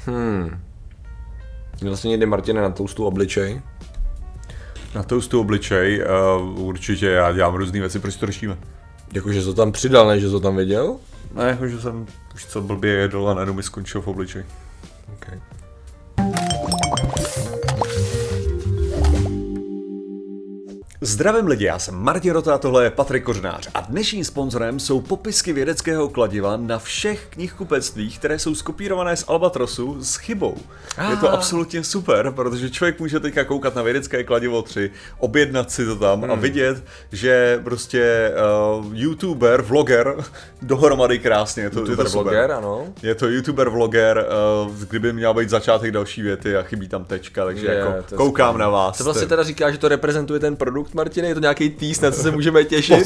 Vlastně někdy, Martine, na toustu obličej. Na toustu obličej určitě já dělám různý věci, proč to řešíme? Jakože to tam přidal, než že to tam viděl? Ne, jakože jsem už co blbě jedl a najednou mi skončil v obličeji. Okay. Zdravím lidi, já jsem Martin Rota a tohle je Patrik Kořenář a dnešním sponzorem jsou popisky vědeckého kladiva na všech knihkupectvích, které jsou skopírované z Albatrosu s chybou. Je to absolutně super, protože člověk může teďka koukat na vědecké kladivo 3, objednat si to tam a vidět, že prostě youtuber, vloger, dohromady krásně, je to super. Vloger, ano. Je to youtuber, vloger, kdyby měl být začátek další věty a chybí tam tečka, takže jako koukám na vás. To vlastně teda říká, že to reprezentuje ten produkt, Martine, je to nějaký tease, na co se můžeme těšit?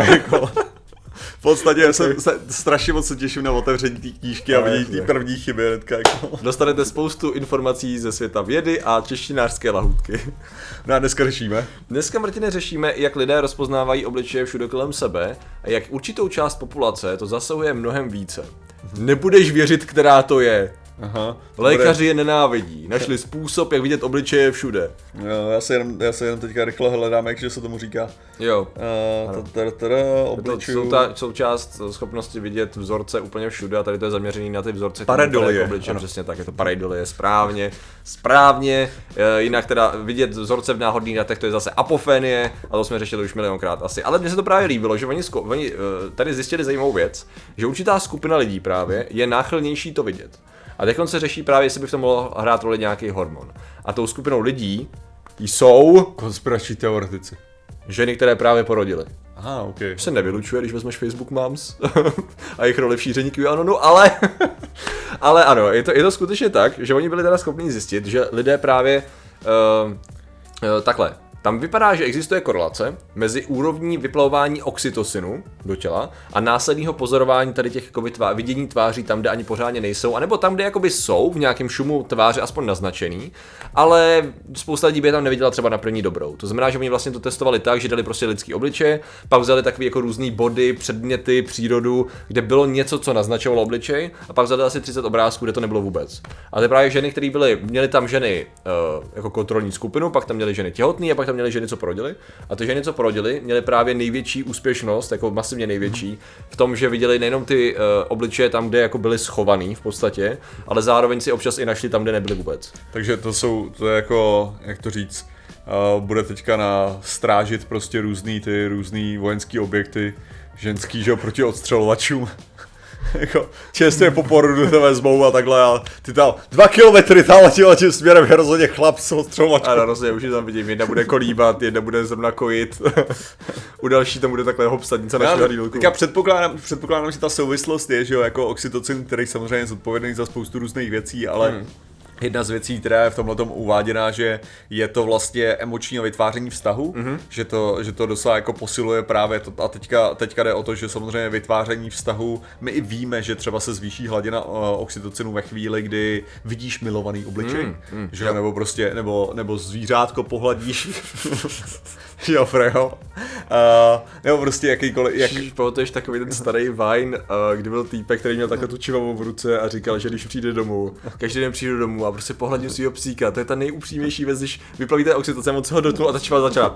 V podstatě jsem strašně moc se těším na otevření té knížky a vidění té první chyby. Jako. Dostanete spoustu informací ze světa vědy a češtinářské lahůdky. No a dneska řešíme? Dneska, Martine, řešíme, jak lidé rozpoznávají obličeje všude kolem sebe a jak určitou část populace to zasahuje mnohem více. Nebudeš věřit, která to je. Aha, lékaři je nenávidí, našli způsob, jak vidět obličeje všude. Jo, já se jenom teďka rychle hledám, jak se tomu říká. Jo. Obličuju. To jsou součást schopnosti vidět vzorce úplně všude a tady to je zaměřený na ty vzorce. Pareidolie. Obličeje, přesně tak, je to pareidolie, správně. Jinak teda vidět vzorce v náhodných datech, to je zase apofenie, a to jsme řešili už milionkrát asi. Ale mně se to právě líbilo, že oni tady zjistili zajímavou věc, že určitá skupina lidí právě je náchylnější to vidět. A teď se řeší právě, jestli by v tom mohl hrát roli nějaký hormon. A tou skupinou lidí jsou konspirační teoretici. Ženy, které právě porodily. Aha, ok. Se nevylučuje, když vezmeš Facebook Moms a jejich roli v šíření QAnonu, ale ano, je to skutečně tak, že oni byli teda schopni zjistit, že lidé právě takhle. Tam vypadá, že existuje korelace mezi úrovní vyplavování oxytocinu do těla a následného pozorování tady těch vidění tváří tam, kde ani pořádně nejsou, anebo tam, kde jakoby jsou v nějakém šumu tváře aspoň naznačený, ale spousta lidí by je tam neviděla třeba na první dobrou. To znamená, že oni vlastně to testovali tak, že dali prostě lidský obličeje, pak vzali takový jako různý body, předměty, přírodu, kde bylo něco, co naznačovalo obličej, a pak vzali asi 30 obrázků, kde to nebylo vůbec. A to je právě ženy, které měly tam ženy jako kontrolní skupinu, pak tam měly ženy těhotné a pak tam měly ženy, co porodily. A ty ženy, co porodily, měly právě největší úspěšnost, jako masivně největší, v tom, že viděli nejenom ty obličeje tam, kde jako byly schovaný v podstatě, ale zároveň si občas i našli tam, kde nebyly vůbec. Takže to je jako, jak to říct, bude teďka strážit prostě různý vojenský objekty ženský, že proti odstřelovačům. Jako, čestě po porodu to vezmou a takhle a ty tam 2 kilometry tam letěl tím směrem, je rozhodně chlap s odstřelovačkou. Ano, rozhodně, už je tam vidím, jedna bude kolíbat, jedna bude zrovna kojit, u další tam bude takhle hopsadnice na šlehlílku. Tak já předpokládám, že ta souvislost je, že jo, jako oxytocin, který samozřejmě je zodpovědný za spoustu různých věcí, ale jedna z věcí, která je v tomhletom uváděná, že je to vlastně emočního vytváření vztahu, že to doslova jako posiluje právě to, a teďka jde o to, že samozřejmě vytváření vztahu, my i víme, že třeba se zvýší hladina oxytocinu ve chvíli, kdy vidíš milovaný obličej, že nebo prostě, nebo zvířátko pohladíš, jo, frejo, nebo prostě jakýkoliv, Pamatuješ takový ten starý Vine, kdy byl týpek, který měl takhle tu čivavu v ruce a říkal, že když přijde domů, každý den přijde domů a prostě pohladím svýho psíka, to je ta nejupřímnější věc, když vyplavíte oxytocin, moc ho dotknul a ta čivava začala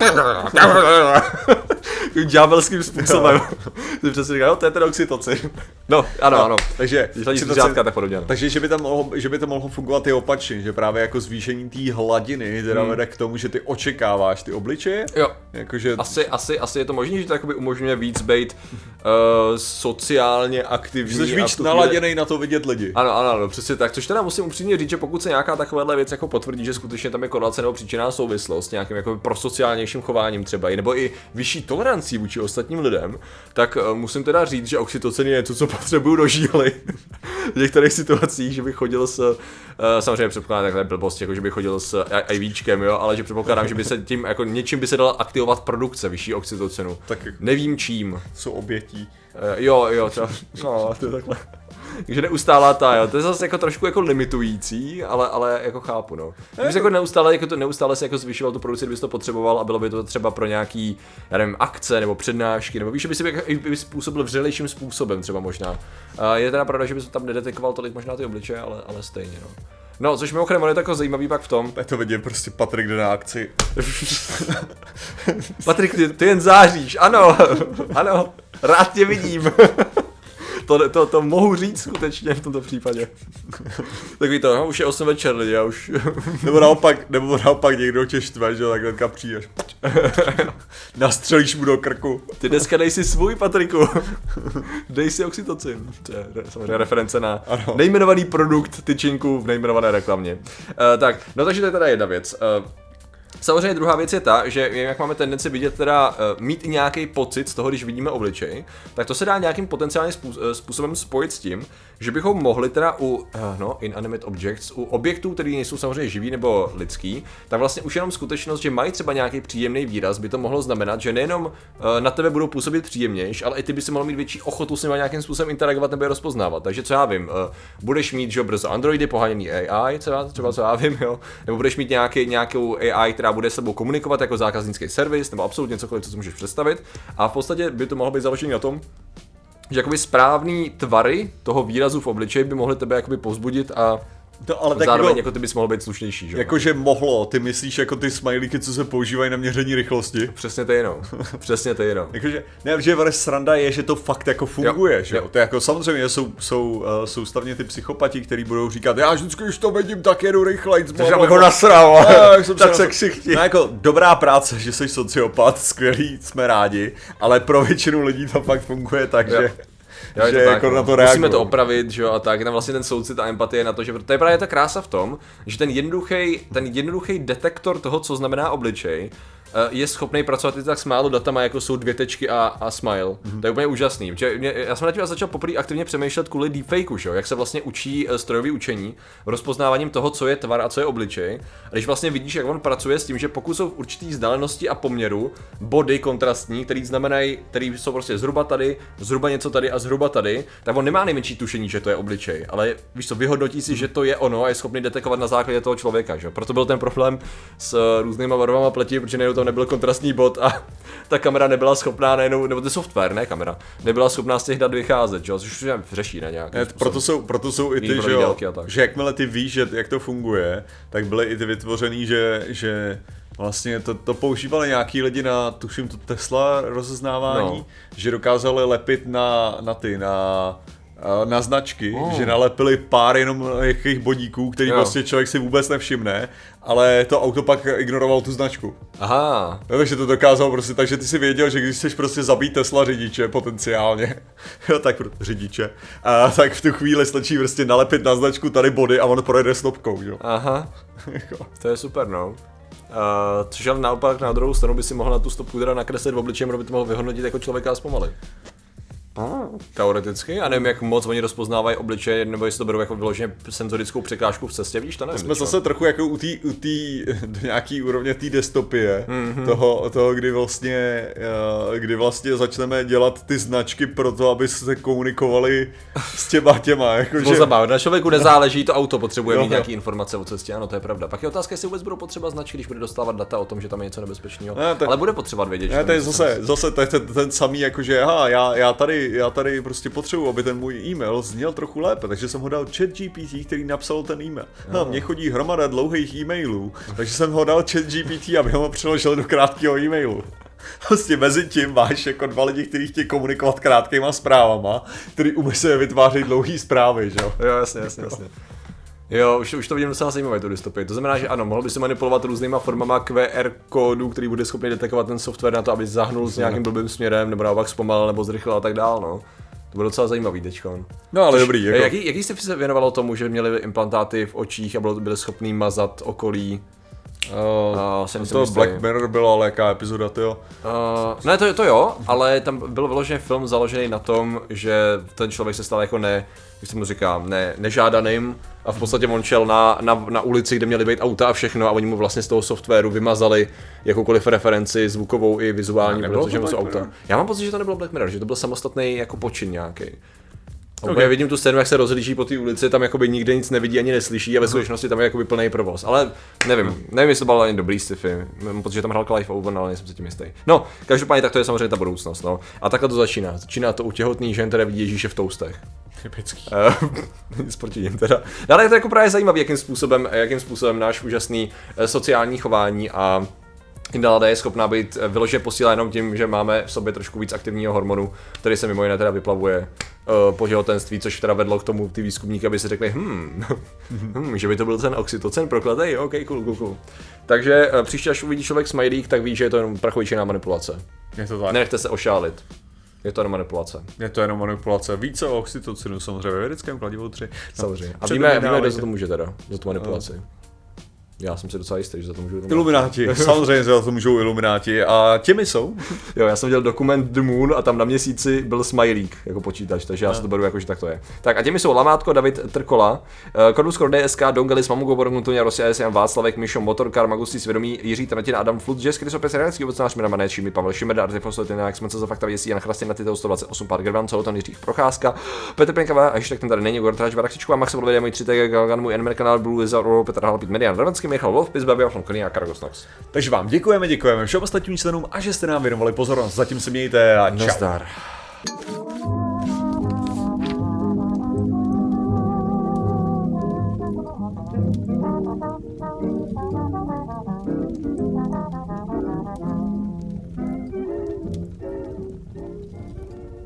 ďábelským způsobem. Ty přesně říkal, to je ten oxytocin. No, ano. Takže zvířátka tak podobně. Takže že by to mohlo fungovat i opačně, že právě jako zvýšení té hladiny teda vede k tomu, že ty očekáváš ty obličeje. Jo. Jakože Asi je to možné, že to jakoby umožňuje víc být sociálně aktivní. Že jsi víc naladěnej na to vidět lidi. Ano, přesně tak. Což teda musím upřímně říct, že pokud se nějaká takováhle věc jako potvrdí, že skutečně tam je korelace nebo příčinná souvislost s nějakým jako prosociálnějším chováním třeba, nebo i vyšší tolerancí vůči ostatním lidem, tak musím teda říct, že oxytocin je něco, co potřebuju do žíly. V některých situacích, že bych chodil samozřejmě předpokládám takhle blbost, jako že bych chodil s IVčkem, jo, ale že předpokládám, že by se tím jako něčím by se dala aktivovat produkce vyšší oxytocinu. Tak nevím čím. Jsou obětí. Jo, třeba. No, to je takhle. Takže neustálá to je zase jako trošku jako limitující, ale jako chápu, no. Kdybys jako neustále se jako zvyšoval tu produkci, kdybys to potřeboval a bylo by to třeba pro nějaký, já nevím, akce nebo přednášky, nebo víš, že by si by způsobil vřelejším způsobem třeba možná. Je teda pravda, že bys tam nedetekoval tolik možná ty obličeje, ale stejně, no. No, což mimochodem je jako zajímavý pak v tom. Já to vidím, prostě Patrik jde na akci. Patrik, ty jen záříš, ano, ano, rád tě vidím. To mohu říct skutečně v tomto případě. Takový to, no, už je 8 večer lidi, já už... nebo naopak někdo tě štve, že takhle kam přijdeš. Nastřelíš mu do krku. Ty dneska dej si svůj, Patriku. Dej si oxytocin. To je samozřejmě reference na nejmenovaný produkt tyčinku v nejmenované reklamě. Tak, no takže to je teda jedna věc. Samozřejmě druhá věc je ta, že jak máme tendenci vidět teda mít i nějaký pocit z toho, když vidíme obličej, tak to se dá nějakým potenciálním způsobem spojit s tím, že bychom mohli teda u inanimate objects, u objektů, které nejsou samozřejmě živý nebo lidský, tak vlastně už jenom skutečnost, že mají třeba nějaký příjemný výraz, by to mohlo znamenat, že nejenom na tebe budou působit příjemnější, ale i ty by si mohl mít větší ochotu s nimi nějakým způsobem interagovat nebo je rozpoznávat. Takže co já vím, budeš mít že brzo Androidy poháněný AI, třeba co já vím, jo, nebo budeš mít nějakou AI, která bude s sebou komunikovat jako zákaznický servis nebo absolutně cokoliv, co si můžeš představit. A v podstatě by to mohlo být založené na tom, že jakoby správný tvary toho výrazu v obličeji by mohly tebe jakoby povzbudit a ale zároveň jako ty bys mohl být slušnější, že? Jakože mohlo, ty myslíš jako ty smajlíky, co se používají na měření rychlosti? Přesně to jenom. Přesně to jenom. Jakože, ne, že sranda je, že to fakt jako funguje, že jo? To jako samozřejmě jsou soustavně ty psychopati, kteří budou říkat, já vždycky, když to vidím, tak jedu rychlejc. Takže abych ho nasral, tak se ksichti. No jako dobrá práce, že jsi sociopat, skvělý, jsme rádi, ale pro většinu lidí to fakt funguje tak, že... Jo, že jako na to musíme to opravit, že jo, a tak, tam vlastně ten soucit a empatie na to, že to je právě ta krása v tom, že ten jednoduchý detektor toho, co znamená obličej, je schopný pracovat i tak s málo datama, jako jsou 2 tečky a smile. To je úplně úžasný. Já jsem na tím začal poprvé aktivně přemýšlet kvůli deepfakeu, že jo, jak se vlastně učí strojový učení rozpoznáváním toho, co je tvar a co je obličej. A když vlastně vidíš, jak on pracuje s tím, že pokud jsou v určitý vzdálenosti a poměru body kontrastní, který jsou prostě zhruba tady, zhruba něco tady a zhruba tady, tak on nemá nejmenší tušení, že to je obličej, ale víš co, vyhodnotí si, že to je ono a je schopný detekovat na základě toho člověka, že? Proto byl ten problém s různýma barvama pleti, protože najednou tam nebyl kontrastní bod a ta kamera nebyla schopná nebo ten software, ne kamera, nebyla schopná z těch dat vycházet, že? Což už řeší na nějaký způsob. Proto jsou i ty, že jakmile ty víš, že jak to funguje, tak byly i ty vytvořený, že vlastně to používali nějaký lidi na, tuším to Tesla rozeznávání, že dokázali lepit na značky, že nalepili pár jenom jakých bodíků, který vlastně člověk si vůbec nevšimne, ale to auto pak ignorovalo tu značku. Aha. No, takže to dokázalo prostě, takže ty si věděl, že když chceš prostě zabít Tesla řidiče potenciálně, jo tak řidiče, tak v tu chvíli stačí prostě nalepit na značku tady body a on projede stopkou, jo. Aha, to je super, no. Což ale naopak na druhou stranu by si mohl na tu stopku teda nakreslit v obličejem, aby to mohl vyhodnotit jako člověka a zpomalit. Teoreticky, a nevím, jak moc oni rozpoznávají obličeje, nebo jestli to berou jako vyloženě senzorickou překážku v cestě, víš, to nevím. Jsme zase trochu jako u do nějaký úrovně té dystopie, toho kdy vlastně začneme dělat ty značky pro to, aby se komunikovali s těma. Jako, na člověku nezáleží, to auto potřebuje mít nějaký informace o cestě, ano, to je pravda. Pak je otázka, jestli vůbec budou potřeba značky, když bude dostávat data o tom, že tam je něco nebezpečného, ale bude potřebovat vědět. To je zase ten samý, jakože já tady prostě potřebuji, aby ten můj e-mail zněl trochu lépe, takže jsem ho dal ChatGPT, který napsal ten e-mail. Mně chodí hromada dlouhých e-mailů, takže jsem ho dal ChatGPT, aby ho přeložil do krátkého e-mailu. Prostě mezi tím máš jako 2 lidi, kteří chtějí komunikovat krátkýma zprávama, který umí vytvářet dlouhý zprávy, že jo? Jo, jasně. Jo, už to vidím docela zajímavé, tu dystopii. To znamená, že ano, mohl by si manipulovat různýma formama QR kódů, který bude schopný detekovat ten software na to, aby zahnul s nějakým blbým směrem, nebo naopak zpomalil, nebo zrychlil a tak dál, no. To bylo docela zajímavý teďkon. No ale dobrý, jako... Jaký jste se věnovalo tomu, že měli implantáty v očích a byli schopný mazat okolí? To Black Mirror bylo, ale jaká epizoda, tyjo? Ne, to jo, ale tam byl vyložený film založený na tom, že ten člověk se stal jako jak se mu říká, nežádaným a v podstatě on šel na ulici, kde měly být auta a všechno a oni mu vlastně z toho softwaru vymazali jakoukoliv referenci zvukovou i vizuální, protože jsou auta. Já mám pocit, že to nebylo Black Mirror, že to byl samostatný jako počin nějaký. Okay. Já vidím tu scénu, jak se rozhlíží po té ulici, tam jakoby nikde nic nevidí ani neslyší a ve skutečnosti tam je jakoby plný provoz. Ale nevím, jestli to byl ani dobrý sci-fi. Mám pocit, že tam hrál Clive Owen, ale nejsem si tím jistý. No, každopádně tak to je samozřejmě ta budoucnost, no. A takhle to začíná. Začíná to u těhotných žen, které vidí Ježíše v toustech. Typický. Nic proti nim teda. Ale je to jako právě zajímavé, jakým způsobem náš úžasný sociální chování a nálada je schopná být vyloženě posílá jenom tím, že máme v sobě trošku víc aktivního hormonu, který se mimo jiné teda vyplavuje po těhotenství, což teda vedlo k tomu ty výzkumníky, aby si řekli, že by to byl ten oxytocin prokletej, ok, cool. Takže příště, až uvidí člověk smajlík, tak ví, že je to jenom prachovičená manipulace. Je to tak. Nenechte se ošálit. Je to jenom manipulace. Je to jenom manipulace. Více o oxytocinu samozřejmě ve vědeckém kladivu 3. Samozřejmě. A víme, kdo za to může teda, za tu manipulaci. Já jsem si docela jistý, že za to můžou Ilumináti, samozřejmě za to můžou Ilumináti. A těmi jsou? Jo, já jsem dělal dokument The Moon a tam na měsíci byl smajlík jako počítač, takže já si to beru jako, že tak to je. Tak a těmi jsou Lamátko, David Trkola, Korduskor DSK, Dongelis, Mamu Gobor, Nutonia, Rosia, Jan Václavek, Mišo, Motorkar, Magustý Svědomí, Jiří Tratina, Adam Flut, Jess, Krysopes, Renecký, Ovocnář, Mina Mané, Šimi, Pavel Šimer, Artifos, jak jsme se za fakta věcí, Jan Chrastin, na tyto 128 pár Gervan, Celoton, Jiří Procházka, Petr Penkava, a ještě tak ten tady není, Gortráč, Varakčičku a Max Volvede, můj 3 Galgan, můj Enmer kanál, Blue Lizard, Petr Halpit, Median Ravenský, Michal Wolf, Pizbabi, a Karagosnax. Takže vám děkujeme všem ostatním členům a že jste nám věnovali pozornost. Zatím se mějte a čau. Nazdar.